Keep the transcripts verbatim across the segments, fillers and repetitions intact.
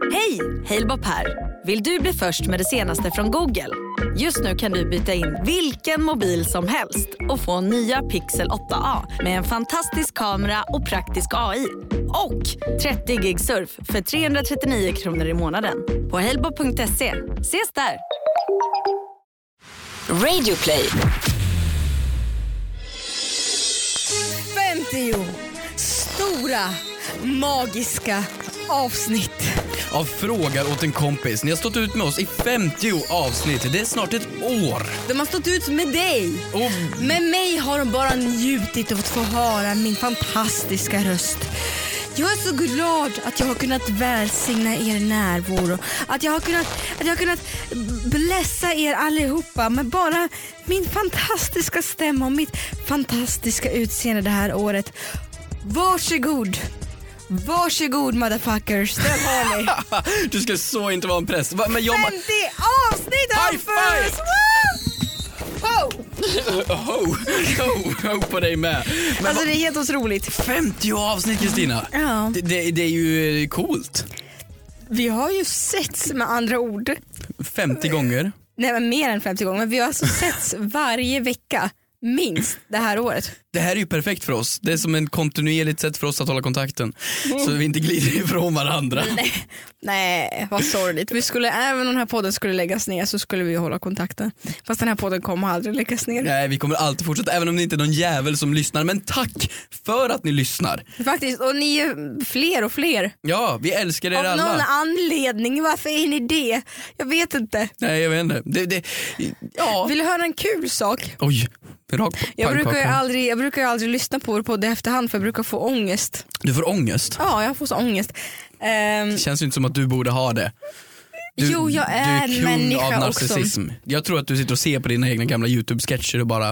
Hej, Halebop här. Vill du bli först med det senaste från Google? Just nu kan du byta in vilken mobil som helst och få nya Pixel åtta A med en fantastisk kamera och praktisk A I. Och trettio gig surf för trehundratrettionio kronor i månaden på halebop punkt se. Ses där! Radio Play. femtio stora, magiska avsnitt av Frågar åt en kompis. Ni har stått ut med oss i femtio avsnitt. Det är snart ett år. De har stått ut med dig. Och... med mig har de bara njutit av att få höra min fantastiska röst. Jag är så glad att jag har kunnat välsigna er närvaro. Att jag har kunnat, att jag har kunnat blessa er allihopa med bara min fantastiska stämma och mitt fantastiska utseende det här året. Varsågod. Varsågod motherfuckers. Den har ni. Du ska så inte vara en press. Men jag... femtio avsnitt av First. Ho! Ho! Ho! Ho på dig med. Men alltså va... det är helt otroligt. femtio avsnitt, Kristina. Ja. Det, det, det är ju coolt. Vi har ju setts med andra ord. femtio gånger. Nej, men mer än femtio gånger. Men vi har alltså setts varje vecka. Minst det här året. Det här är ju perfekt för oss. Det är som en kontinuerligt sätt för oss att hålla kontakten. Mm. Så vi inte glider ifrån varandra. Nej, Nej vad sorgligt. Vi skulle, även om den här podden skulle läggas ner så skulle vi hålla kontakten. Fast den här podden kommer aldrig läggas ner. Nej, vi kommer alltid fortsätta. Även om det inte är någon jävel som lyssnar. Men tack för att ni lyssnar. Faktiskt, och ni är fler och fler. Ja, vi älskar er Av alla. Av någon anledning, varför är ni det? Jag vet inte. Nej, jag vet inte. Det, det, ja. Vill du höra en kul sak? Oj. Jag brukar, ju aldrig, jag brukar ju aldrig lyssna på det i efterhand för jag brukar få ångest. Du får ångest? Ja, jag får så ångest. Um, det känns ju inte som att du borde ha det. Du, jo, jag är, du är kung människa av narcissism. också. Jag tror att du sitter och ser på dina egna gamla YouTube-sketcher och bara...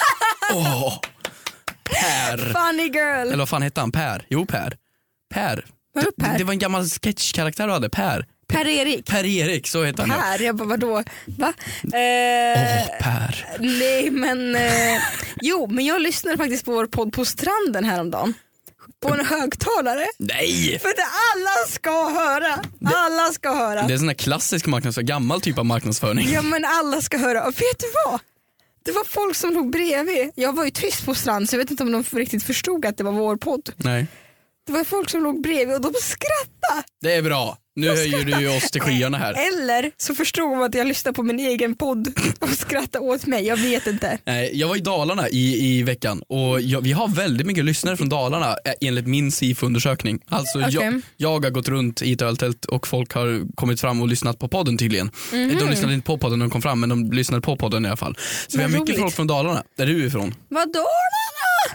Åh, oh, Per. Funny girl. Eller vad fan hette han? Per? Jo, Per. Per. Vadå Per? Det, det var en gammal sketchkaraktär du hade, Per. Per-Erik. Per-Erik, så heter han. Per, jag bara vadå? Va? Åh, eh, oh, Per. Nej, men... Eh, jo, men jag lyssnade faktiskt på vår podd på stranden häromdagen. På en högtalare. Nej! För att alla ska höra. Alla ska höra. Det är sån här klassisk marknadsföring, gammal typ av marknadsföring. Ja, men alla ska höra. Och vet du vad? Det var folk som låg bredvid. Jag var ju tyst på strand så jag vet inte om de riktigt förstod att det var vår podd. Nej. Det var folk som låg bredvid och de skrattade. Det är bra. Nu höjer du ju oss till skyarna här. Eller så förstod de att jag lyssnade på min egen podd och skrattade åt mig. Jag vet inte. Nej, jag var i Dalarna i, i veckan och jag, vi har väldigt mycket lyssnare från Dalarna enligt min SIFO-undersökning. Alltså okay. jag, jag har gått runt i ett öltält och folk har kommit fram och lyssnat på podden tydligen. Mm-hmm. De lyssnade inte på podden när de kom fram, men de lyssnade på podden i alla fall. Så men vi har mycket roligt. Folk från Dalarna. Där är du ifrån? Vad Dalarna?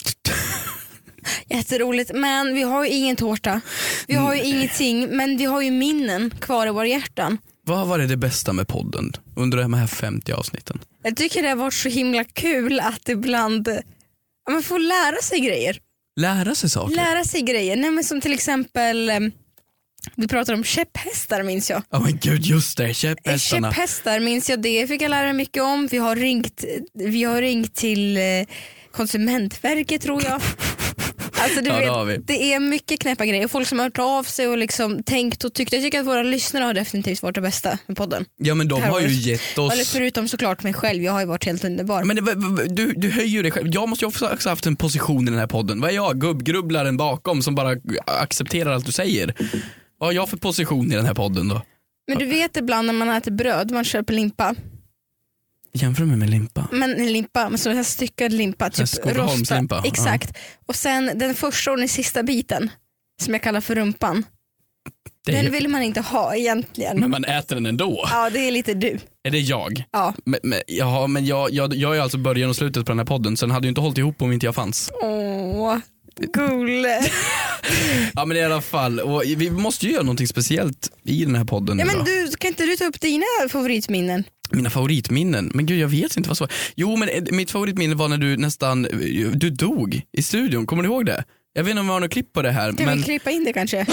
Jätteroligt, men vi har ju ingen tårta. Vi har ju mm. ingenting, men vi har ju minnen kvar i våra hjärtan. Vad var det det bästa med podden under de här femtio avsnitten? Jag tycker det har varit så himla kul att ibland ja, man får lära sig grejer. Lära sig saker? Lära sig grejer, nej men som till exempel vi pratar om käpphästar minns jag. Ja oh men gud, just det, käpphästarna. Käpphästar minns jag, det fick jag lära mig mycket om. Vi har ringt, vi har ringt till Konsumentverket tror jag. Alltså, du ja, vet, det är mycket knäppa grejer. Folk som har hört av sig och liksom tänkt och tyckt. Jag tycker att våra lyssnare har definitivt varit det bästa med podden. Ja men de har ju gett oss... Eller förutom såklart mig själv, jag har ju varit helt underbar. Men det, du, du höjer dig själv. Jag måste ju också ha haft en position i den här podden. Vad är jag? Gubbgrubblaren bakom som bara accepterar allt du säger. Vad har jag för position i den här podden då? Men du vet ibland när man äter bröd, man köper limpa. Jämför mig med limpa. Men en limpa, men så här styckad limpa, typ rosta. Exakt. Ja. Och sen den första och den sista biten som jag kallar för rumpan. Det den är... vill man inte ha egentligen. Men man äter den ändå. Ja, det är lite du. Är det jag? Ja. Men, men, jaha, men jag, jag, jag är alltså början och slutet på den här podden. Så den hade ju inte hållit ihop om inte jag fanns. Åh, cool. Ja men i alla fall, och vi måste ju göra någonting speciellt i den här podden. Ja men du, kan inte du ta upp dina favoritminnen? Mina favoritminnen? Men gud, jag vet inte vad så. Jo men mitt favoritminne var när du nästan, du dog i studion, kommer du ihåg det? Jag vet inte om vi har något klipp på det här. Kan men... vi klippa in det kanske?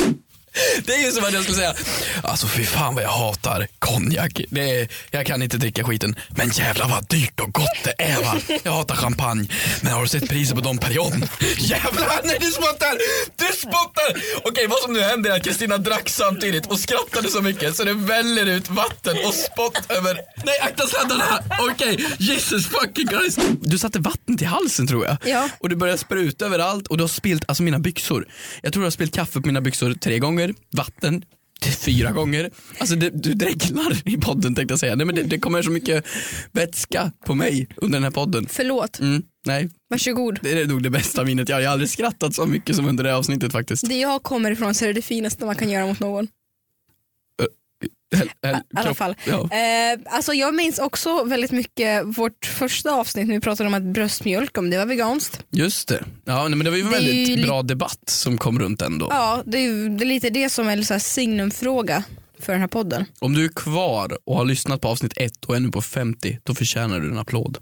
Det är ju som att jag skulle säga, alltså fy fan vad jag hatar konjak. Det är, jag kan inte dricka skiten. Men jävlar vad dyrt och gott det är, va? Jag hatar champagne. Men har du sett priset på Dom Perignon? Jävlar, nej du spottar! Du spottar! Okej, vad som nu händer är att Kristina drack samtidigt och skrattade så mycket så det väller ut vatten och spott över... Nej, akta sladdarna! Okej, Jesus fucking Christ. Du satte vatten till halsen tror jag. Ja. Och du började spruta överallt och du har spilt, alltså mina byxor. Jag tror du har spilt kaffe på mina byxor tre gånger. Vatten till fyra gånger. Alltså det, du dreglar i podden tänkte jag säga. Nej, men det, det kommer så mycket vätska på mig under den här podden. Förlåt. Mm, nej. Varsågod. Det är nog det bästa minnet. Jag har aldrig skrattat så mycket som under det här avsnittet faktiskt. Det jag kommer ifrån så är det det finaste man kan göra mot någon. Hel, hel, I alla fall. Ja. Eh, alltså jag minns också väldigt mycket vårt första avsnitt när vi pratade om att bröstmjölk, om det var veganskt. Just det. Ja, nej, men det var ju en Det är väldigt ju li- bra debatt som kom runt ändå. Ja, det är, det är lite det som är så här signumfråga för den här podden. Om du är kvar och har lyssnat på avsnitt ett och är nu på femtio, då förtjänar du en applåd.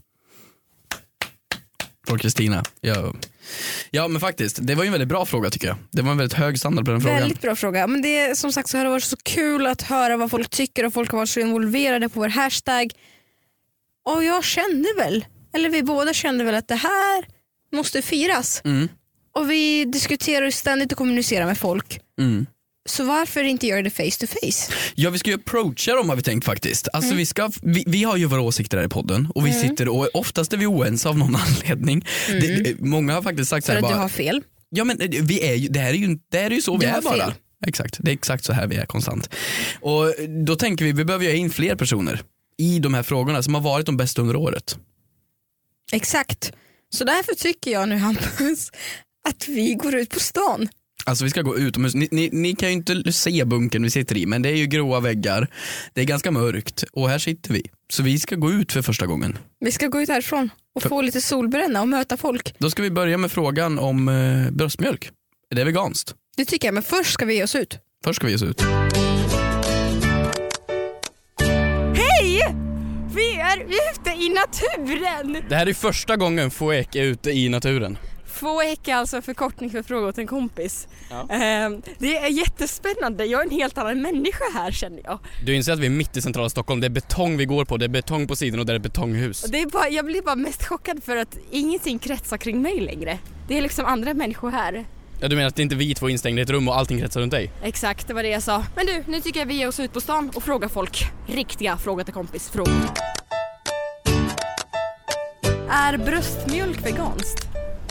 Från Kristina. Ja. ja men faktiskt, det var ju en väldigt bra fråga tycker jag. Det var en väldigt hög standard på den frågan. Väldigt bra fråga. Men det är, som sagt så har det varit så kul att höra vad folk tycker och folk har varit så involverade på vår hashtag. Och jag kände väl, eller vi båda kände väl att det här måste firas. Mm. Och vi diskuterar ju ständigt och kommunicerar med folk. Mm. Så varför inte göra det face to face? Ja, vi ska ju approacha dem har vi tänkt faktiskt. Alltså Mm. vi, ska, vi, vi har ju våra åsikter här i podden och vi Mm. sitter och oftast är vi oense av någon anledning. Mm. Det, många har faktiskt sagt så För här att bara, du har fel. ja men vi är ju, det här är ju, det här är ju så Du vi har är bara. fel. Exakt, det är exakt så här vi är konstant. Och då tänker vi, vi behöver ju ha in fler personer i de här frågorna som har varit de bästa under året. Exakt. Så därför tycker jag nu Hampus att vi går ut på stan. Alltså vi ska gå ut, ni, ni, ni kan ju inte se bunkern vi sitter i, men det är ju gråa väggar, det är ganska mörkt och här sitter vi. Så vi ska gå ut för första gången. Vi ska gå ut härifrån och För- få lite solbränna och möta folk. Då ska vi börja med frågan om eh, bröstmjölk. Är det veganskt? Det tycker jag, men först ska vi ge oss ut. Först ska vi ge oss ut. Hej! Vi är ute i naturen! Det här är första gången Foek är ute i naturen. Foek är alltså förkortning för fråga åt en kompis. Ja. Ehm, det är jättespännande. Jag är en helt annan människa här känner jag. Du inser att vi är mitt i centrala Stockholm. Det är betong vi går på, det är betong på sidan och där är betonghus. Och det är bara, jag blir bara mest chockad för att ingenting kretsar kring mig längre. Det är liksom andra människor här. Ja, du menar att det inte är vi två instängda i ett rum och allting kretsar runt dig? Exakt, det var det jag sa. Men du, nu tycker jag vi ger oss ut på stan och frågar folk. Riktiga fråga till kompis frågor. Är bröstmjölk veganskt?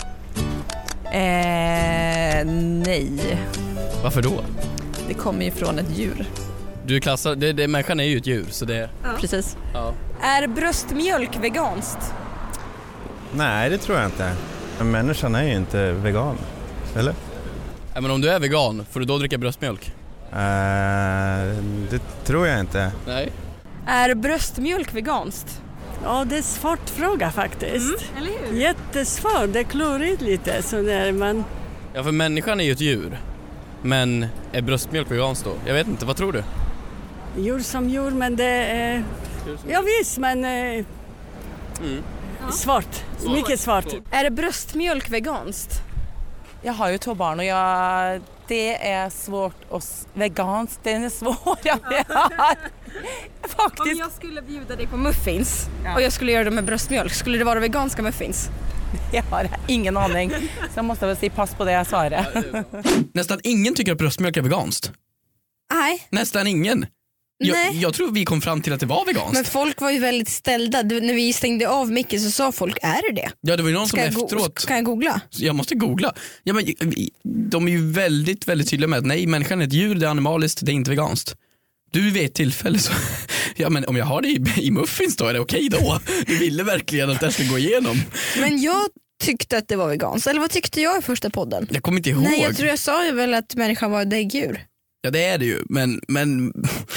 Eh, nej, Varför då? det kommer ju från ett djur. Du klassar, det, det, människan är ju ett djur så det... Precis. Ja. Är bröstmjölk veganskt? Nej, det tror jag inte. Men människan är ju inte vegan. Eller? Ja, men om du är vegan, får du då dricka bröstmjölk? Uh, det tror jag inte. Nej. Är bröstmjölk veganskt? Ja, det är svårt fråga faktiskt. Eller hur? Jättesvår, det är klurigt lite. Så när man... Ja, för människan är ju ett djur. Men är bröstmjölk veganskt då? Jag vet inte, vad tror du? Djur som djur, men det är... Ja visst, men... Eh... Mm. Svårt, mycket svårt. Är bröstmjölk veganskt? Jag har ju två barn och jag, det är svårt och s- veganskt, den är svår. Jag Om faktiskt. jag skulle bjuda dig på muffins och jag skulle göra det med bröstmjölk, skulle det vara veganska muffins? Jag har ingen aning. Så jag måste väl säga pass på det jag svarar. Nästan ingen tycker att bröstmjölk är veganskt. Nej, Nästan ingen. Jag, Nej. jag tror vi kom fram till att det var veganskt. men folk var ju väldigt ställda. Du, när vi stängde av micken så sa folk, är det det? Ja, det var ju någon Ska som jag, go- efteråt... kan jag googla? Jag måste googla. Ja, men, de är ju väldigt, väldigt tydliga med att nej, människan är ett djur, det är animaliskt, det är inte veganskt. Du vid ett tillfälle så, ja men om jag har det i, i muffins då är det okej då. Du ville verkligen att det ska gå igenom. Men jag tyckte att det var veganskt. Eller vad tyckte jag i första podden? Jag kommer inte ihåg. Nej, jag tror jag sa ju väl att människan var ett däggdjur. Ja, det är det ju, men, men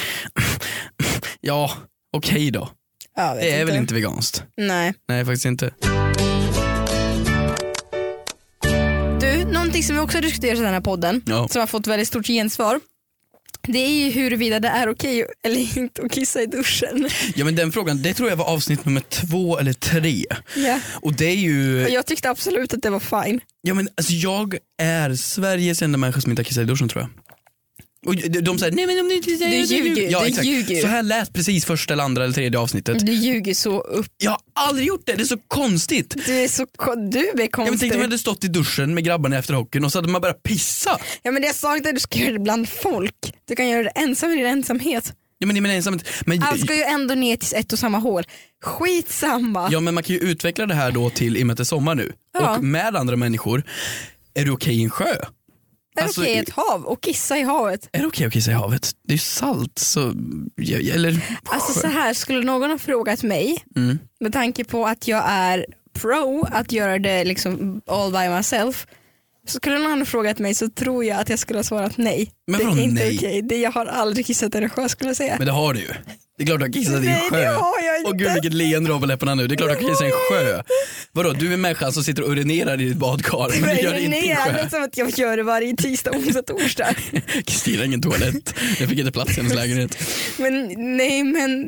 ja, okej då. Jag vet Det är inte. väl inte veganskt? Nej. Nej, faktiskt inte. Du, någonting som vi också har diskuterat i den här podden, Ja. som har fått väldigt stort gensvar, det är ju huruvida det är okej eller inte att kissa i duschen. Ja, men den frågan, det tror jag var avsnitt nummer två eller tre. Ja. Och det är ju, Och jag tyckte absolut att det var fine. ja men alltså jag är Sveriges enda människa som inte har kissat i duschen tror jag. Och de säger nej men om du inte säger Du ljuger, ja, du exakt. ljuger. Så här läst precis första eller andra eller tredje avsnittet. Du ljuger så upp. Jag har aldrig gjort det, det är så konstigt. Du är så ko- du är Jag tänkte konstig. att man hade stått i duschen med grabbarna efter hockeyn och så hade man börjat pissa. Ja men det jag sa inte att du ska göra det bland folk. Du kan göra det ensam i din ensamhet. Ja men, men, ensamt, men, Allt ska ju ändå ner till ett och samma hål. Skitsamma. ja men man kan ju utveckla det här då till i och med att det är sommar nu. Ja. Och med andra människor, är du okej i en sjö? Är Alltså, det okej i ett hav och kissa i havet? Är det okej att kissa i havet? Det är ju salt så, eller Alltså så här, skulle någon ha frågat mig Mm. med tanke på att jag är pro att göra det liksom all by myself, så skulle någon ha frågat mig så tror jag att jag skulle ha svarat nej. Men det är vadå inte nej? okej. Det jag har aldrig kissat i en sjö skulle jag säga. Men det har du ju. Det är klart du har kissat i en Nej, sjö. det har jag inte. Åh gud vilket leende du har på läpparna nu. Det är klart du har kissat i en sjö. Vadå, du är människan som sitter och urinerar i ditt badkar men du gör det inte i en nej, det sjö. är som att jag gör det varje tisdag, onsdag, torsdag. Kristina har ingen toalett. Jag fick inte plats i hennes lägenhet. Men nej men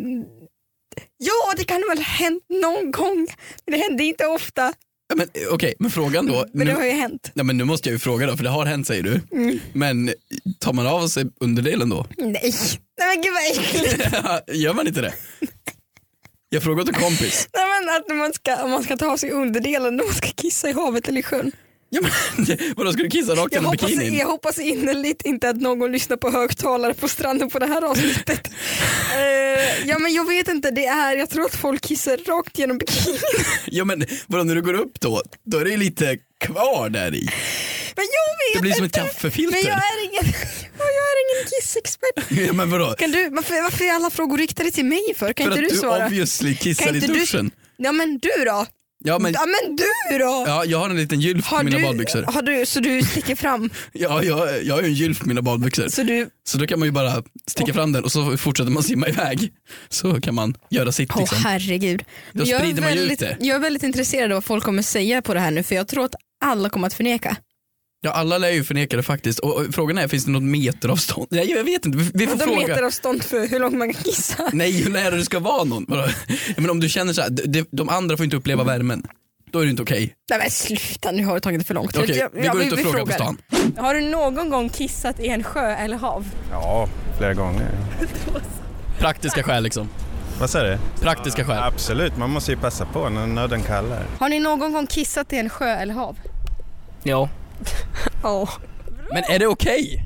ja, det kan väl hänt någon gång. Men det händer inte ofta. Ja, men okej, okay, men frågan då. Men det nu, har ju hänt. ja, men nu måste jag ju fråga då, för det har hänt säger du. Mm. Men tar man av sig underdelen då? Nej. Nej men gud vad äckligt. Gör man inte det? Jag frågar åt en kompis. Nej men att man ska, man ska ta av sig underdelen när man ska kissa i havet eller i sjön. Ja, men, vadå, ska du kissa rakt Jag genom hoppas, bikinin? jag hoppas innerligt inte att någon lyssnar på högtalare på stranden på det här avsnittet. uh, ja men jag vet inte, det är, jag tror att folk kissar rakt genom bikinin. Ja men vadå, när du går upp då, då är det ju lite kvar där i. Men jag vet Det blir som ett inte. kaffefilter. Men jag är ingen, jag är ingen kissexpert. Ja, men vadå? Kan du, varför, varför är alla frågor riktade till mig för? Kan För inte att du du svara? obviously kissar Kan i inte du- duschen. Ja men du då? Ja men, Ja men du då? ja, jag har en liten gylf på Har mina du, badbyxor. har du, så du sticker fram? Ja, jag, jag har ju en gylf på mina badbyxor. Så du, Så då kan man ju bara sticka fram den och så fortsätter man simma iväg. Så kan man göra sitt åh liksom. herregud. Då jag, är sprider man ju ut väldigt, det. jag är väldigt intresserad av vad folk kommer säga på det här nu, för jag tror att alla kommer att förneka. Ja, alla lär ju förneka det faktiskt. Och, och frågan är, finns det något meteravstånd? Nej, jag vet inte. Vi, vi får De fråga. meter avstånd för hur långt man kan kissa. Nej, hur nära det ska vara någon. Vadå? Men om du känner så här, de, de andra får inte uppleva värmen. Då är det inte okej. Nej men sluta, nu har du tagit det för långt. Okej, Jag- vi jag- går ut och frågar på stan. Har du någon gång kissat i en sjö eller hav? Ja, flera gånger. Praktiska skäl liksom. Vad säger du? Praktiska skäl. Absolut, man måste ju passa på när nöden kallar. Har ni någon gång kissat i en sjö eller hav? Ja. Ja. Men är det okej?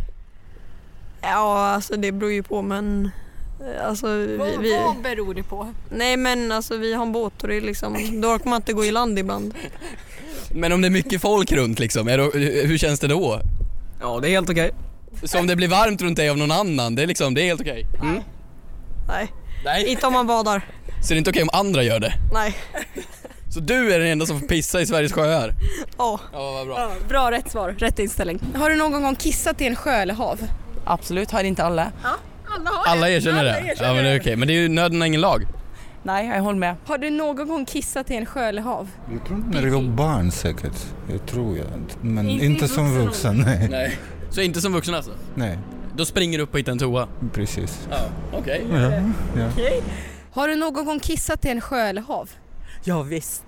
Ja, alltså det beror ju på, men eh, alltså vi, Vad, vi vad beror det på? nej men alltså vi har en båt och det är liksom, då orkar man inte gå i land ibland. Men om det är mycket folk runt liksom, är det, hur känns det då? Ja, det är helt okej. Så om det blir varmt runt dig av någon annan, det är liksom, det är helt okej? Mm. Nej, Nej. inte om man badar. Så det är inte okej om andra gör det? Nej. Så du är den enda som får pissa i Sveriges sjöar? Ja. Ja, vad bra. Ja, bra, rätt svar, rätt inställning. Har du någon gång kissat i en sjö eller hav? Absolut, har inte alla. Alla erkänner det? Ja, men det är okej. Men det är ju nöden har ingen lag. Nej, jag håller med. Har du någon gång kissat i en sjö eller hav? Jag tror när det var barn säkert. Jag tror jag. Men Inte inte, i som vuxen vuxen, nej. Nej. Så inte som vuxen alltså? Nej, Då springer du upp och hittar en toa? precis. Ja, okej. Ja, ja. Har du någon gång kissat i en sjö eller hav? Ja visst.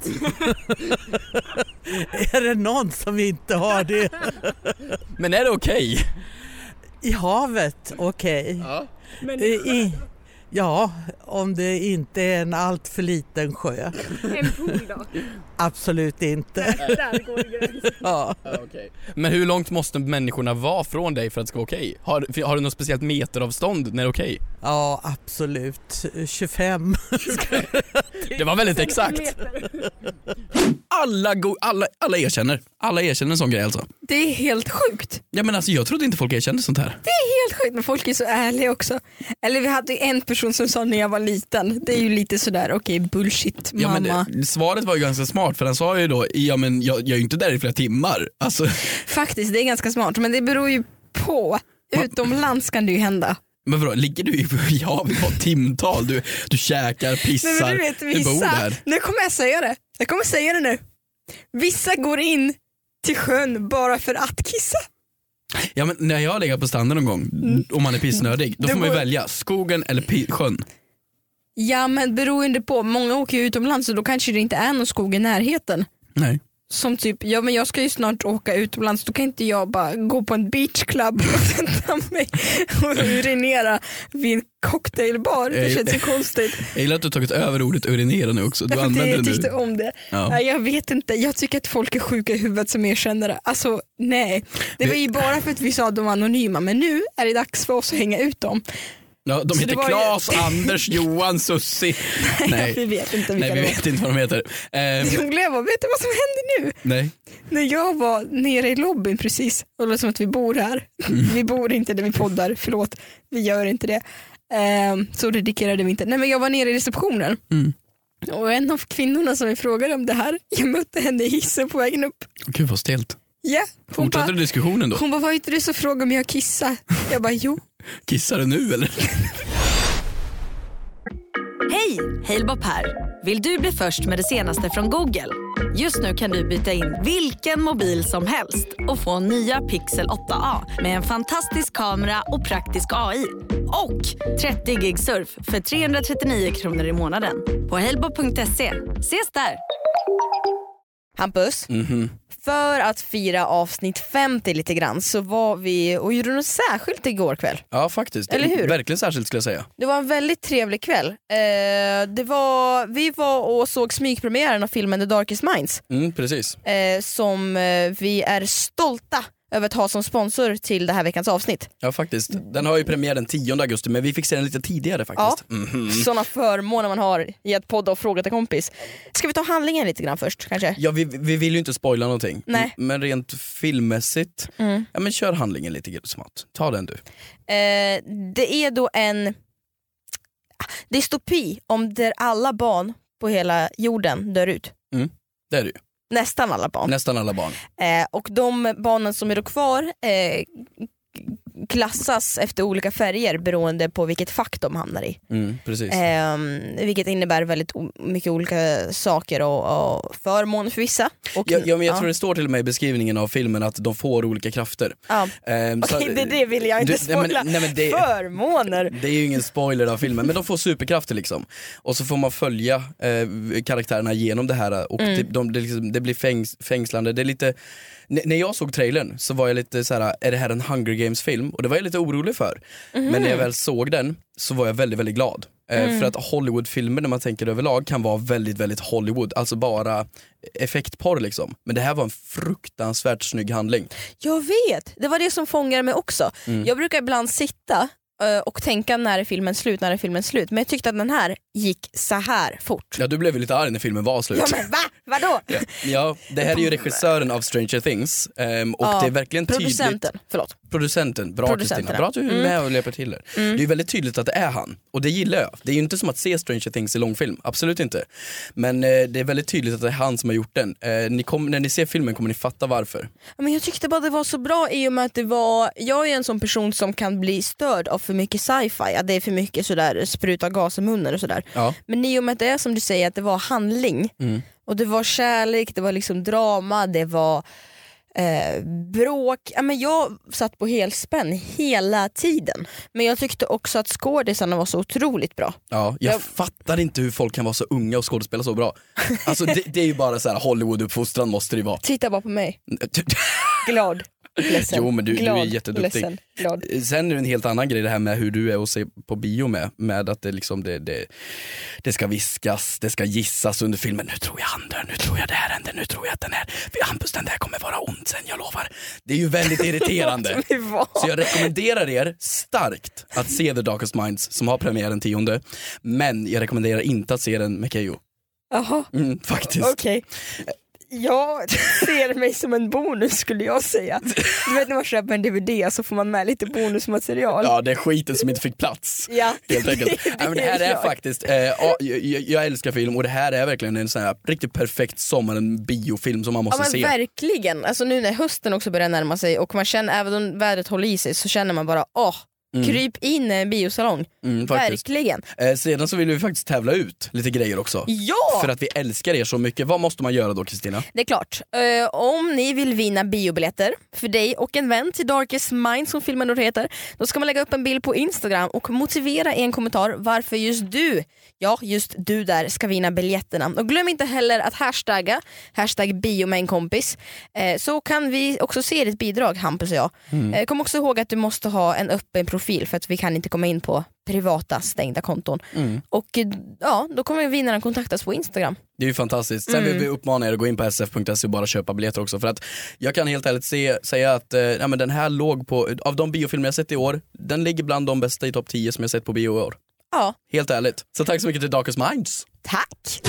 Är det någon som inte har det? Men är det okej? I havet, okej. Ja. Men I, ja, om det inte är en allt för liten sjö. en pool då? Absolut inte. Där går gränsen. Ja. Ja, okej. Men hur långt måste människorna vara från dig för att det ska vara okej? Har, har du något speciellt meteravstånd när det är okej? Ja, absolut. tjugofem. Det var väldigt exakt. Alla, go- alla, alla erkänner. Alla erkänner en sån grej alltså. Det är helt sjukt. Ja men alltså jag trodde inte folk erkände sånt här. Det är helt sjukt, men folk är så ärliga också. Eller vi hade ju en person som sa när jag var liten. Det är ju lite sådär, okej, okay, bullshit Ja, mamma. men, svaret var ju ganska smart för han sa ju då, ja men jag, jag är ju inte där i flera timmar. Alltså, Faktiskt, det är ganska smart, men det beror ju på. Utomlands kan det ju hända. men vadå, ligger du i, i havet på timtal? Du, du käkar, pissar, Men, men du vet, du bor vissa, där. nu kommer jag säga det. Jag kommer säga det nu. Vissa går in till sjön bara för att kissa. Ja men när jag har legat på stranden någon gång, Mm. om man är pissnödig, då Det får man ju går- välja skogen eller pi- sjön. Ja men beroende på, många åker ju utomlands så då kanske det inte är någon skog i närheten. Nej. som typ, ja men jag ska ju snart åka utomlands, då kan inte jag bara gå på en beachclub och sätta mig och urinera vid en cocktailbar. Det känns ju konstigt. Jag gillar att du har tagit över ordet urinera nu också. Du Därför använder det, det jag tyckte nu. om det. Ja. Nej, jag vet inte, jag tycker att folk är sjuka i huvudet som erkänner det. Alltså nej, det var ju bara för att vi sa att de var anonyma, men nu är det dags för oss att hänga ut dem. Ja, de Så heter det var Claes, ju- Anders, Johan, Sussi. Nej, vi vet inte vilka Nej, vi det vet inte vad de heter. Eh, Det roliga var, vet du vad som hände nu? nej. När jag var nere i lobbyn precis, och det låter som att vi bor här. Vi bor inte där vi poddar, förlåt, vi gör inte det. Ehm, så dedikerade vi inte. Nej, men jag var nere i receptionen. Mm. Och en av kvinnorna som vi frågade om det här, jag mötte henne i hissen på vägen upp. Gud vad stelt. Ja, hon Fortsätter bara, diskussionen då? hon bara, var inte det så fråga om jag kissar? Jag bara, jo. Kissar du nu eller? Hej, Halebop här. Vill du bli först med det senaste från Google? Just nu kan du byta in vilken mobil som helst och få nya Pixel åtta A med en fantastisk kamera och praktisk A I. Och trettio gig surf för trehundratrettionio kronor i månaden på halebop punkt se. Ses där! Hampus, Mhm. för att fira avsnitt femtio lite grann så var vi och gjorde något särskilt igår kväll. Ja faktiskt, Eller hur? Verkligen särskilt skulle jag säga. Det var en väldigt trevlig kväll. Eh, det var, vi var och såg smygpremiären av filmen The Darkest Minds, Mm, precis. eh, som eh, vi är stolta över att ha som sponsor till det här veckans avsnitt. Ja faktiskt, den har ju premiär den tionde augusti men vi fick se den lite tidigare faktiskt. Ja, Mhm. sådana förmåner man har i att podda och fråga till kompis. Ska vi ta handlingen lite grann först kanske? Ja vi, vi vill ju inte spoila någonting. Nej. Men rent filmmässigt, Mm. ja men kör handlingen lite smått. Ta den du. Eh, det är då en dystopi om där alla barn på hela jorden dör ut. Det är det ju. Nästan alla barn. Nästan alla barn. Eh, och de barnen som är då kvar eh, klassas efter olika färger beroende på vilket fack de hamnar i. Mm, precis. Eh, vilket innebär väldigt o- mycket olika saker och, och förmåner för vissa. Och, Ja, ja, men jag ja. tror det står till och med i beskrivningen av filmen att de får olika krafter. Ja. Ehm, så- Okej, det, det vill jag inte Du- nej, men- spoila. nej, men det- Förmåner! Det är ju ingen spoiler av filmen, men de får superkrafter liksom. Och så får man följa eh, karaktärerna genom det här och Mm. det, de, det, liksom, det blir fängs, fängslande. Det är lite, n- när jag såg trailern så var jag lite så här: är det här en Hunger Games-film? Och det var jag lite orolig för. Mhm. Men när jag väl såg den så var jag väldigt, väldigt glad. Eh, Mm. För att Hollywoodfilmer när man tänker överlag kan vara väldigt, väldigt Hollywood. Alltså bara effektporr liksom. Men det här var en fruktansvärt snygg handling. Jag vet, det var det som fångade mig också. Mm. Jag brukar ibland sitta eh, och tänka när är filmen slut, när är filmen slut. Men jag tyckte att den här gick så här fort. Ja, du blev ju lite arg när filmen var slut. Ja men va? Vadå? Ja, ja, det här är ju regissören av Stranger Things ehm, och Ja, det är verkligen tydligt. Producenten, förlåt. Producenten, bra Producenterna. Kristina. Bra att du är Mm. med och leper till det. Mm. Det är väldigt tydligt att det är han och det gillar jag. Det är ju inte som att se Stranger Things i långfilm, absolut inte. Men eh, det är väldigt tydligt att det är han som har gjort den. Eh, ni kom, när ni ser filmen kommer ni fatta varför. Ja, men jag tyckte bara det var så bra i och med att det var, jag är en sån person som kan bli störd av för mycket sci-fi, att det är för mycket sådär spruta gas i munnen och sådär. Ja. Men i och med att det är som du säger att det var handling Mm. och det var kärlek, det var liksom drama, det var eh, bråk. Ja, men jag satt på helspänn hela tiden. Men jag tyckte också att skådisarna var så otroligt bra. Ja, jag, Jag- fattar inte hur folk kan vara så unga och skådespela så bra. Alltså det, det är ju bara så här Hollywood-uppfostran måste det ju vara. Titta bara på mig, glad, ledsen. Jo men du, du är glad, jätteduktig. ledsen, glad. Sen är det en helt annan grej det här med hur du är att se på bio med, med att det liksom det, det, det ska viskas, det ska gissas under filmen. Nu tror jag han dör, nu tror jag det här händer, nu tror jag att den här, Hampus den där kommer vara ond sen, jag lovar. Det är ju väldigt irriterande. Det var. Så jag rekommenderar er starkt att se The Darkest Minds som har premiär den tionde. Men jag rekommenderar inte att se den med Keyyo. Jaha, Mm, faktiskt. okej. Jag ser mig som en bonus skulle jag säga. Du vet när man köper en D V D så får man med lite bonusmaterial. Ja, det är skiten som inte fick plats. Ja, Helt enkelt. det- Nej, men det här är jag. faktiskt, eh, ja, jag, jag älskar film och det här är verkligen en sån här riktigt perfekt sommaren biofilm som man Ja måste men se. verkligen, alltså nu när hösten också börjar närma sig och man känner, även om vädret håller i sig så känner man bara åh, Mm. Kryp in i en biosalong. Mm, Verkligen. Eh, sedan så vill vi faktiskt tävla ut lite grejer också. Ja! För att vi älskar er så mycket. Vad måste man göra då, Kristina? Det är klart. Uh, om ni vill vinna biobiljetter för dig och en vän till Darkest Mind som filmen då heter, då ska man lägga upp en bild på Instagram och motivera i en kommentar varför just du, ja just du där, ska vinna biljetterna. Och glöm inte heller att hashtagga hashtag bio med en kompis, uh, så kan vi också se ditt bidrag, Hampus och jag. Mm. Uh, kom också ihåg att du måste ha en öppen profil för att vi kan inte komma in på privata stängda konton. Mm. Och ja, då kommer vinnaren kontaktas på Instagram. Det är ju fantastiskt. Sen Mm. vill vi uppmana er att gå in på s f punkt se och bara köpa biljetter också. För att jag kan helt ärligt se, säga att eh, ja, men den här låg på, av de biofilmer jag sett i år, den ligger bland de bästa i topp tio som jag sett på bio i år. Ja. Helt ärligt. Så tack så mycket till Darkest Minds. Tack!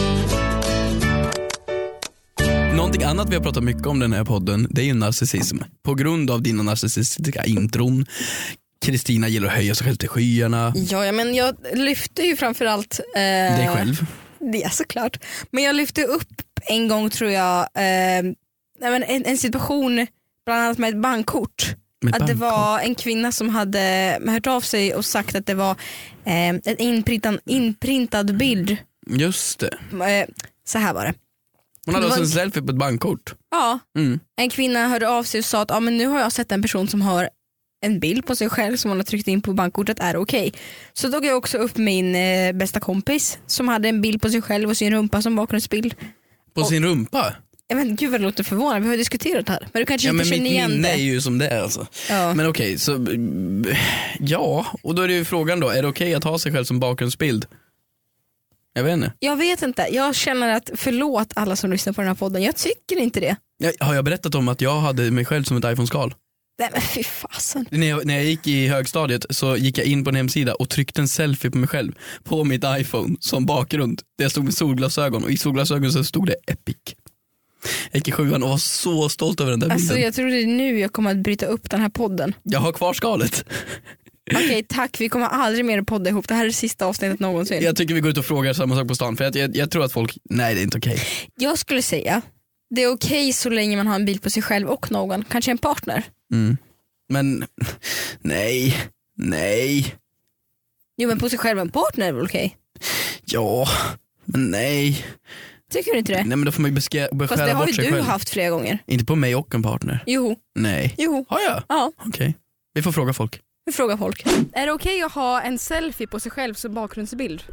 Någonting annat vi har pratat mycket om den här podden, det är ju narcissism. På grund av dina narcissistiska intron. Kristina gillar att höja sig själv till skyarna. Ja, ja men jag lyfte ju framförallt eh, dig själv. Det är såklart. Men jag lyfte upp en gång tror jag eh, en, en situation bland annat med ett bankkort. Med att bankkort. Det var en kvinna som hade hört av sig och sagt att det var eh, en inprintad, inprintad bild. Just det. Eh, så här var det. Hon hade Det var alltså en- en selfie på ett bankkort. Ja, Mm. en kvinna hörde av sig och sa att ah, men nu har jag sett en person som har en bild på sig själv som hon har tryckt in på bankkortet, är okej. Så tog jag också upp min eh, bästa kompis som hade en bild på sig själv och sin rumpa som bakgrundsbild. På Och- sin rumpa? Jag vet, gud vad det låter förvånande, vi har diskuterat det här. Men du kanske Ja, inte men mitt känner igen minne det. är ju som det är alltså. Ja. Men okej, så ja, och då är det ju frågan då, är det okej att ha sig själv som bakgrundsbild? Jag vet inte. Jag vet inte, jag känner att förlåt alla som lyssnar på den här podden, jag tycker inte det. Jag, har jag berättat om att jag hade mig själv som ett iPhone-skal? Nej men fy fasen. När jag, när jag gick i högstadiet så gick jag in på en hemsida och tryckte en selfie på mig själv på mitt iPhone som bakgrund. Där jag stod med solglasögon och i solglasögon så stod det Epic. Jag gick i sjuan och var så stolt över den där bilden. Alltså jag tror det är nu jag kommer att bryta upp den här podden. Jag har kvar skalet. Okej tack, vi kommer aldrig mer podda ihop. Det här är det sista avsnittet någonsin. Jag tycker vi går ut och frågar samma sak på stan. För jag, jag, jag tror att folk, nej det är inte okej. Jag skulle säga, det är okej så länge man har en bild på sig själv och någon, kanske en partner. Mm. Men nej, nej, Jo men på sig själv och en partner är väl okej? ja, men nej. Tycker du inte det? Nej men då får man ju beska- Fast det beskära har bort ju sig du själv. haft flera gånger. Inte på mig och en partner. Jo, Nej. jo. Har jag? Ja, Okej. Vi får fråga folk. vi frågar folk. Är det okej att ha en selfie på sig själv som bakgrundsbild?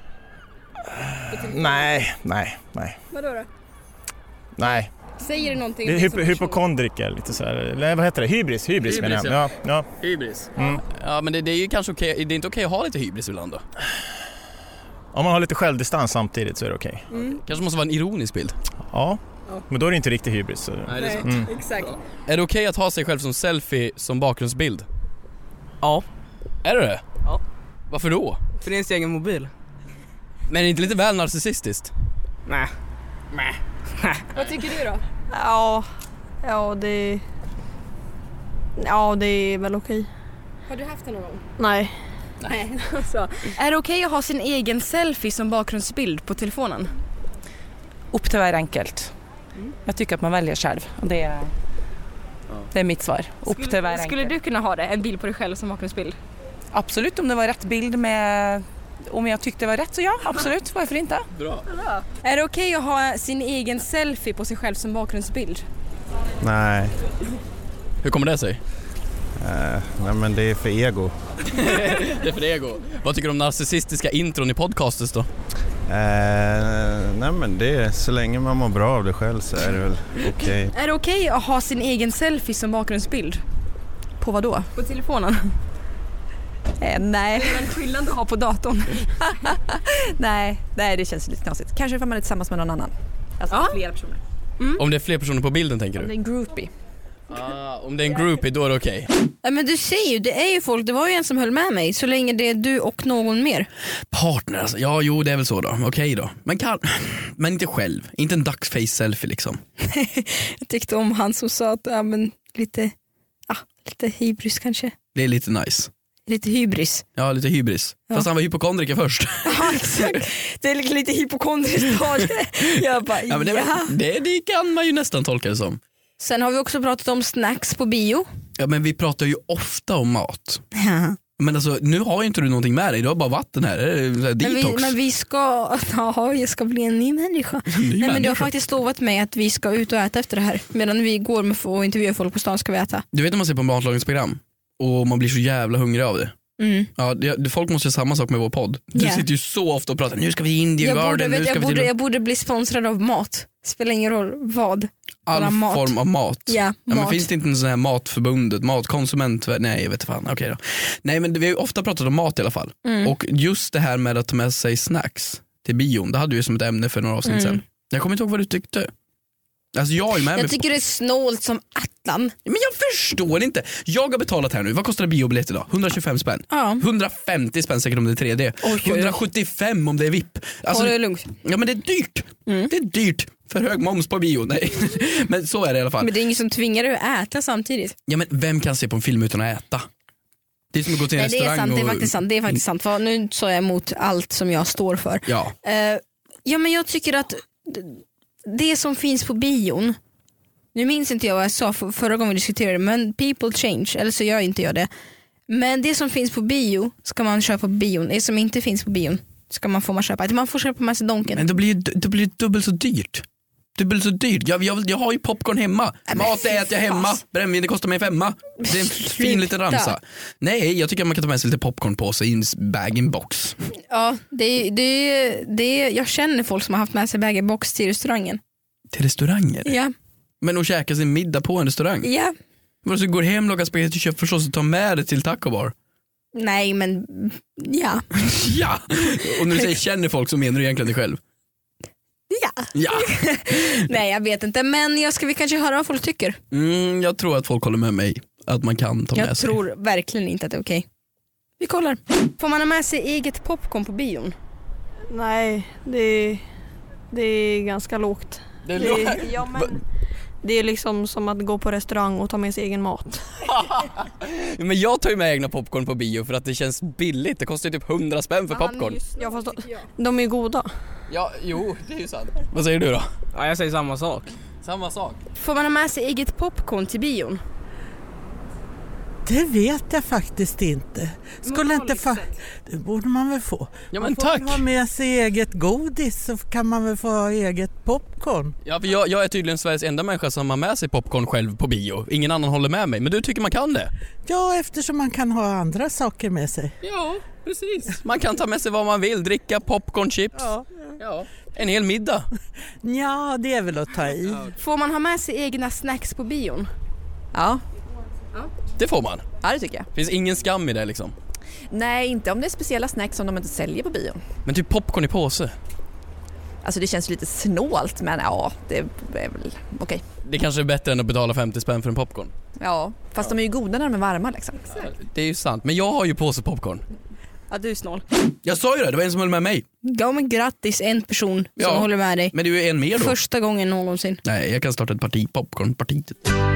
Nej, nej, nej. Vadå då? Nej. Säger det någonting? Det är om dig som hypo- person? hypokondriker lite så här. Eller vad heter det? Hybris, hybris, Hybris, menar jag. Ja, ja. Hybris. Mm. Ja men det, det är ju kanske okej, det är inte okej att ha lite hybris ibland då. Om man har lite självdistans samtidigt så är det okej. Mm. Kanske måste vara en ironisk bild. Ja, men då är det inte riktigt hybris. Så. Nej, det är sant. Mm. Exakt. Är det okej att ha sig själv som selfie som bakgrundsbild? Ja. Är det det? Ja. Varför då? För det är ens egen mobil. Men är det inte lite väl narcissistiskt? Nej. Nej. Vad tycker du då? Ja, ja det... Ja, det är väl okej. Har du haft det någon gång? Nej. Nej. Så. Är det okej att ha sin egen selfie som bakgrundsbild på telefonen? Upp till varje enkelt. Jag tycker att man väljer själv. Och det, är, det är mitt svar. Upp till Skulle, varje skulle enkelt. du kunna ha det? En bild på dig själv som bakgrundsbild? Absolut, om det var rätt bild med... Om jag tyckte det var rätt så ja, absolut. Varför inte? Bra. Är det okej att ha sin egen selfie på sig själv som bakgrundsbild? Nej, Hur kommer det sig? eh, nej men det är för ego. Det är för ego. Vad tycker du om narcissistiska intron i podcastes då? Eh, nej men det är, så länge man mår bra av det själv så är det väl okej. Är det okej att ha sin egen selfie som bakgrundsbild? På vad då? På telefonen? Eh, nej. Det är en skillnad du har på datorn. nej, nej, det känns lite knasigt. Kanske för man är tillsammans med någon annan. Alltså Ja. flera personer. Om det är fler personer på bilden tänker Om det du? är en groupie. Ah, om det är en groupie då är det okej. Ja, men du ser ju, det är ju folk, det var ju en som höll med mig. Så länge det är du och någon mer. Partner alltså, ja jo det är väl så då. Okej då. Men, kan, men inte själv. Inte en dagsface-selfie liksom. Jag tyckte om han som sa att ja, men lite, ah, lite hybris kanske. Det är lite nice. Lite hybris. Ja, lite hybris. Ja. Fast han var hypokondriker först. Ja, exakt. Det är lite hypokondriskt. Jag bara, Ja, men det, ja. det, det kan man ju nästan tolka det som. Sen har vi också pratat om snacks på bio. Ja, men vi pratar ju ofta om mat. Ja. Men alltså, nu har ju inte du någonting med dig, du har bara vatten här. Är det så här Men detox? vi, men vi ska, ja, jag ska bli en ny människa. Ny Nej, men du har människa. faktiskt lovat mig att vi ska ut och äta efter det här. Medan vi går med och intervjuar folk på stan ska vi äta. Du vet när man ser på matlagningsprogram och man blir så jävla hungrig av det. Mm. Ja, det, folk måste göra samma sak med vår podd. Du Yeah. sitter ju så ofta och pratar, nu ska vi i Indian Jag borde, Garden, vet, nu ska jag, vi borde, till jag borde bli sponsrad av mat. Spelar ingen roll vad. all bara mat. form av mat. Ja, Ja, men mat. finns det inte en sån här matförbundet, matkonsument, nej jag vet inte fan, okej då. Nej men vi har ju ofta pratat om mat i alla fall. Mm. Och just det här med att ta med sig snacks till bion, det hade vi ju som ett ämne för några avsnitt Mm. sedan. Jag kommer inte ihåg vad du tyckte. Alltså jag är med Jag mig. tycker det är snålt som attan. Men jag förstår inte. Jag har betalat här nu, vad kostar biobiljett idag? hundratjugofem spänn. Ja. hundrafemtio spänn säkert om det är tre D. Oj, oj, oj. hundrasjuttiofem om det är V I P. Alltså, Ta det lugnt. ja men det är dyrt. Mm. Det är dyrt. För hög moms på bio, nej. Men så är det i alla fall. Men det är ingen som tvingar dig att äta samtidigt. Ja men vem kan se på en film utan att äta? Det är som att gå till en Nej, det är restaurang sant, det är och... faktiskt sant. Det är faktiskt sant. För nu sa jag emot allt som jag står för. Ja. Uh, ja men jag tycker att d- det som finns på bion, nu minns inte jag vad jag sa för, förra gången vi diskuterade, men people change, eller så gör inte jag det. Men det som finns på bio ska man köpa på bion. Det som inte finns på bion ska man få man köpa. Man får köpa med sig donken. Men då blir det då blir det dubbelt så dyrt. Dubbelt så dyrt. Jag, jag, jag har ju popcorn hemma. men Mat fy äter jag hemma. fas. Brännvin det kostar mig femma. Det är en fin liten ramsa. Nej, jag tycker att man kan ta med sig lite popcornpåse i en bag-in-box. Ja, det, det, det, jag känner folk som har haft med sig bag-in-box till restaurangen. Till restauranger? Ja. Men att käka sin middag på en restaurang? Ja. Vadå, så går hem, lagar spagetti, köper förstås och tar med det till taco bar? Nej men ja. Ja! Och när du säger känner folk så menar du egentligen dig själv? Ja. Ja. Nej jag vet inte, men jag ska vi kanske höra vad folk tycker. Mm, jag tror att folk håller med mig att man kan ta med Jag sig. tror verkligen inte att det är okej. Vi kollar. Får man ha med sig eget popcorn på bion? Nej, det är, det är ganska lågt. Det är det, lågt. är, ja, men, det är liksom som att gå på restaurang och ta med sig egen mat. Men jag tar ju med egna popcorn på bio för att det känns billigt. Det kostar ju typ hundra spänn för popcorn. Jag förstår. De är ju goda. Ja, jo, det är ju sant. Vad säger du då? Ja, jag säger samma sak. Samma sak. Får man ha med sig eget popcorn till bion? Det vet jag faktiskt inte. Skulle inte fa- det borde man väl få. Ja, men man får tack. väl ha med sig eget godis så kan man väl få ha eget popcorn. Ja, för jag, jag är tydligen Sveriges enda människa som har med sig popcorn själv på bio. Ingen annan håller med mig, men du tycker man kan det? Ja, eftersom man kan ha andra saker med sig. Ja, precis. Man kan ta med sig vad man vill, dricka popcorn, chips. Ja. Ja. En hel middag. Ja, det är väl att ta i. Får man ha med sig egna snacks på bion? Ja. Det får man. Ja, det tycker jag. Finns ingen skam i det liksom. Nej, inte om det är speciella snacks som de inte säljer på bion. Men typ popcorn i påse. Alltså det känns lite snålt, men ja, det är väl okej. Det kanske är bättre än att betala femtio spänn för en popcorn. Ja, fast de är ju goda när de är varma liksom. Det är ju sant, men jag har ju påse popcorn. Ja, du är snål. Jag sa ju det, det var en som höll med mig. Ja men grattis, en person som Ja, håller med dig. Men det är ju en mer då. Första gången någonsin. Nej, jag kan starta ett parti, popcornpartiet.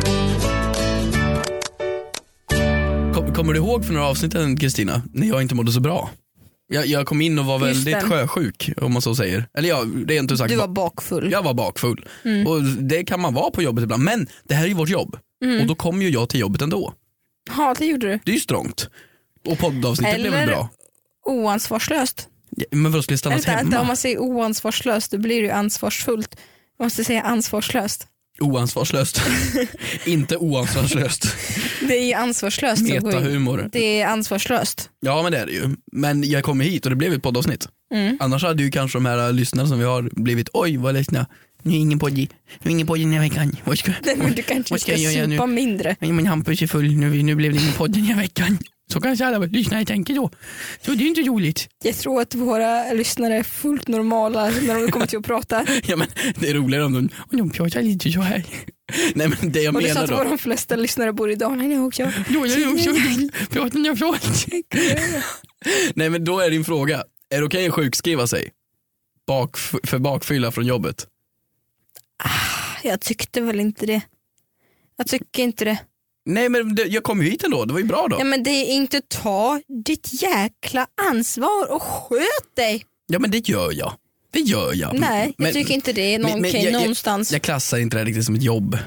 Kom, kommer du ihåg för några avsnitten, Kristina, när jag inte mådde så bra? Jag, jag kom in och var Just väldigt den. sjösjuk, om man så säger. Eller ja, det är inte sagt. Du var bakfull. Jag var bakfull. Mm. Och det kan man vara på jobbet ibland. Men det här är ju vårt jobb. Mm. Och då kommer ju jag till jobbet ändå. Ja, det gjorde du. Det är ju strångt. Och poddavsnittet blev väl Eller bra. oansvarslöst. Ja, men vadå, skulle jag stannas Vänta, vänta, om hemma? man säger oansvarslöst då blir det ju ansvarsfullt. Man måste säga ansvarslöst. Oansvarslöst. Inte oansvarslöst. Det är ju ansvarslöst. att gå in. Metahumor. Det är ansvarslöst. Ja men det är det ju. Men jag kom hit och det blev ett poddavsnitt. Mm. Annars hade ju kanske de här lyssnarna som vi har blivit, oj vad ledsna. Nu är ingen podd i, nu är ingen podd i den här veckan. Vad ska, Nej, men du kanske vad ska, jag göra supa nu? mindre. Ja, men Hampus är full, nu, nu blev det ingen podd den här veckan. Så kanske alla lyssnare tänker då. Så det är ju inte roligt. Jag tror att våra lyssnare är fullt normala när de kommer till att prata. Ja men det är roligare om de, om de pratar lite så här. Nej men det jag Och det är så menar att då. våra flesta lyssnare bor i Dalarna också. Då är det också. Pratar ni så? Nej men då är din fråga, är det okej att sjukskriva sig? Bak, för bakfylla från jobbet? Jag tyckte väl inte det. Jag tycker inte det. Nej men det, jag kom ju hit ändå, det var ju bra då. Ja men det är inte ta ditt jäkla ansvar och sköt dig. Ja men det gör jag. Det gör jag. Nej, jag men, tycker inte det är någon men, men okej jag, någonstans. Jag, jag klassar inte det riktigt som ett jobb.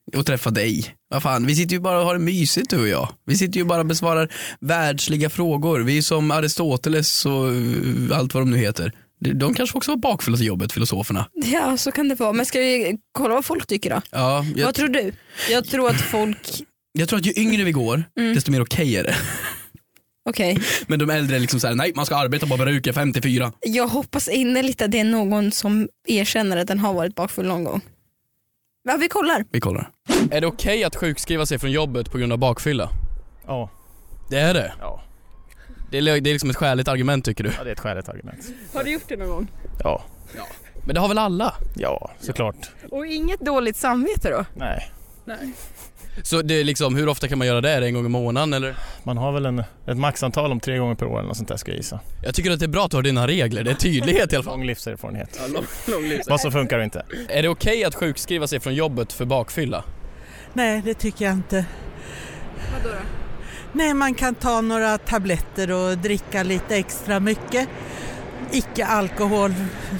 och träffa dig. Vad fan, vi sitter ju bara och har det mysigt, du och jag. Vi sitter ju bara och besvarar världsliga frågor. Vi är som Aristoteles och allt vad de nu heter. De kanske också var bakfulla till jobbet, filosoferna. Ja, så kan det vara. Men ska vi kolla vad folk tycker då? Ja, jag... Vad tror du? Jag tror att folk... Jag tror att ju yngre vi går, mm. desto mer okej är det. Okej. Okay. Men de äldre är liksom såhär, nej man ska arbeta på bruket femtiofyra. Jag hoppas innerligt att det är någon som erkänner att den har varit bakfull någon gång. Ja, vi kollar. Vi kollar. Är det okej okay att sjukskriva sig från jobbet på grund av bakfylla? Ja. Det är det? Ja. Det är, det är liksom ett skäligt argument, tycker du? Ja, det är ett skäligt argument. Har du gjort det någon gång? Ja. Ja. Men det har väl alla? Ja, såklart. Och inget dåligt samvete då? Nej. Nej. Så det är liksom, hur ofta kan man göra det? Är det en gång i månaden eller? Man har väl en, ett maxantal om tre gånger per år eller något sånt där, ska jag gissa. Jag tycker att det är bra att du har dina regler, det är tydlighet i alla fall. Lång livserfarenhet. Ja, lång, lång livserfarenhet. Vad så funkar det inte. Är det okej okay att sjukskriva sig från jobbet för bakfylla? Nej, det tycker jag inte. Vadå då? Nej, man kan ta några tabletter och dricka lite extra mycket. Icke alkohol.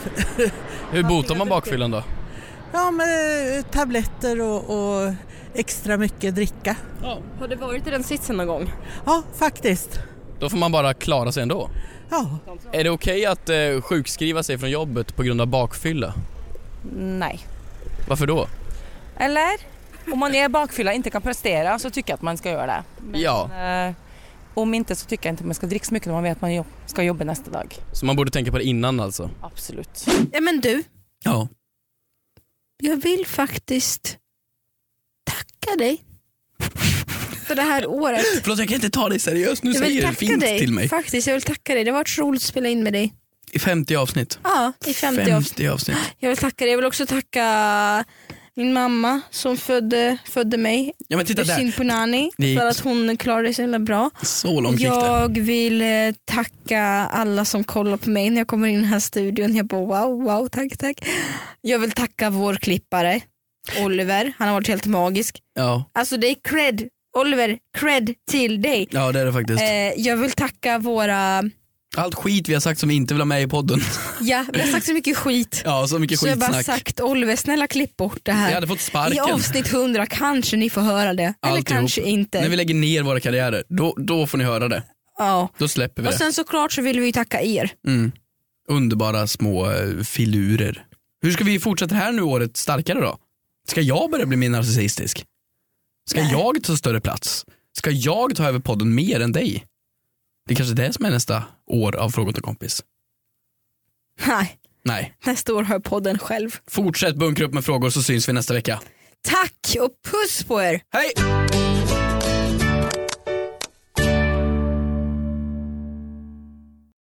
Hur botar man bakfyllan då? Ja, med tabletter och, och extra mycket dricka. Ja. Har du varit i den sitsen någon gång? Ja, faktiskt. Då får man bara klara sig ändå? Ja. Är det okej att eh, sjukskriva sig från jobbet på grund av bakfylla? Nej. Varför då? Eller? Om man är bakfylla och inte kan prestera så tycker jag att man ska göra det. Men, ja. Eh, om inte så tycker jag inte att man ska dricka så mycket när man vet att man jobb- ska jobba nästa dag. Så man borde tänka på det innan alltså? Absolut. Ja, men du. Ja. Jag vill faktiskt tacka dig för det här året. Förlåt, jag kan inte ta dig seriöst. Nu jag säger du fint dig, till mig. Faktiskt, jag vill tacka dig. Det var så roligt att spela in med dig. I femtio avsnitt? Ja, i femtio, femtio avsnitt. Jag vill tacka dig. Jag vill också tacka min mamma som födde, födde mig. Ja, men titta där. Sin Punani, för att hon klarade sig så bra. Så långt gick det. Jag vill eh, tacka alla som kollar på mig när jag kommer in i den här studion. Jag bara wow, wow, tack, tack. Jag vill tacka vår klippare Oliver. Han har varit helt magisk. Ja. Alltså det är cred. Oliver, cred till dig. Ja, det är det faktiskt. Eh, jag vill tacka våra... Allt skit vi har sagt som vi inte vill ha med i podden. Ja, vi har sagt så mycket skit. Ja, så mycket så skitsnack. Så jag bara sagt, Oliver, snälla klipp bort det här. Vi hade fått sparken. I avsnitt hundra kanske ni får höra det. Eller alltihop. kanske inte. När vi lägger ner våra karriärer, då, då får ni höra det. Ja. Då släpper vi och det. Och sen såklart så vill vi tacka er. Mm. Underbara små uh, filurer. Hur ska vi fortsätta här nu året starkare då? Ska jag börja bli mer narcissistisk? Ska Nej. jag ta större plats? Ska jag ta över podden mer än dig? Det är kanske det som är nästa år av Frågor till kompis. Nej. Nej. Nästa år har podden själv. Fortsätt bunkra upp med frågor så syns vi nästa vecka. Tack och puss på er. Hej!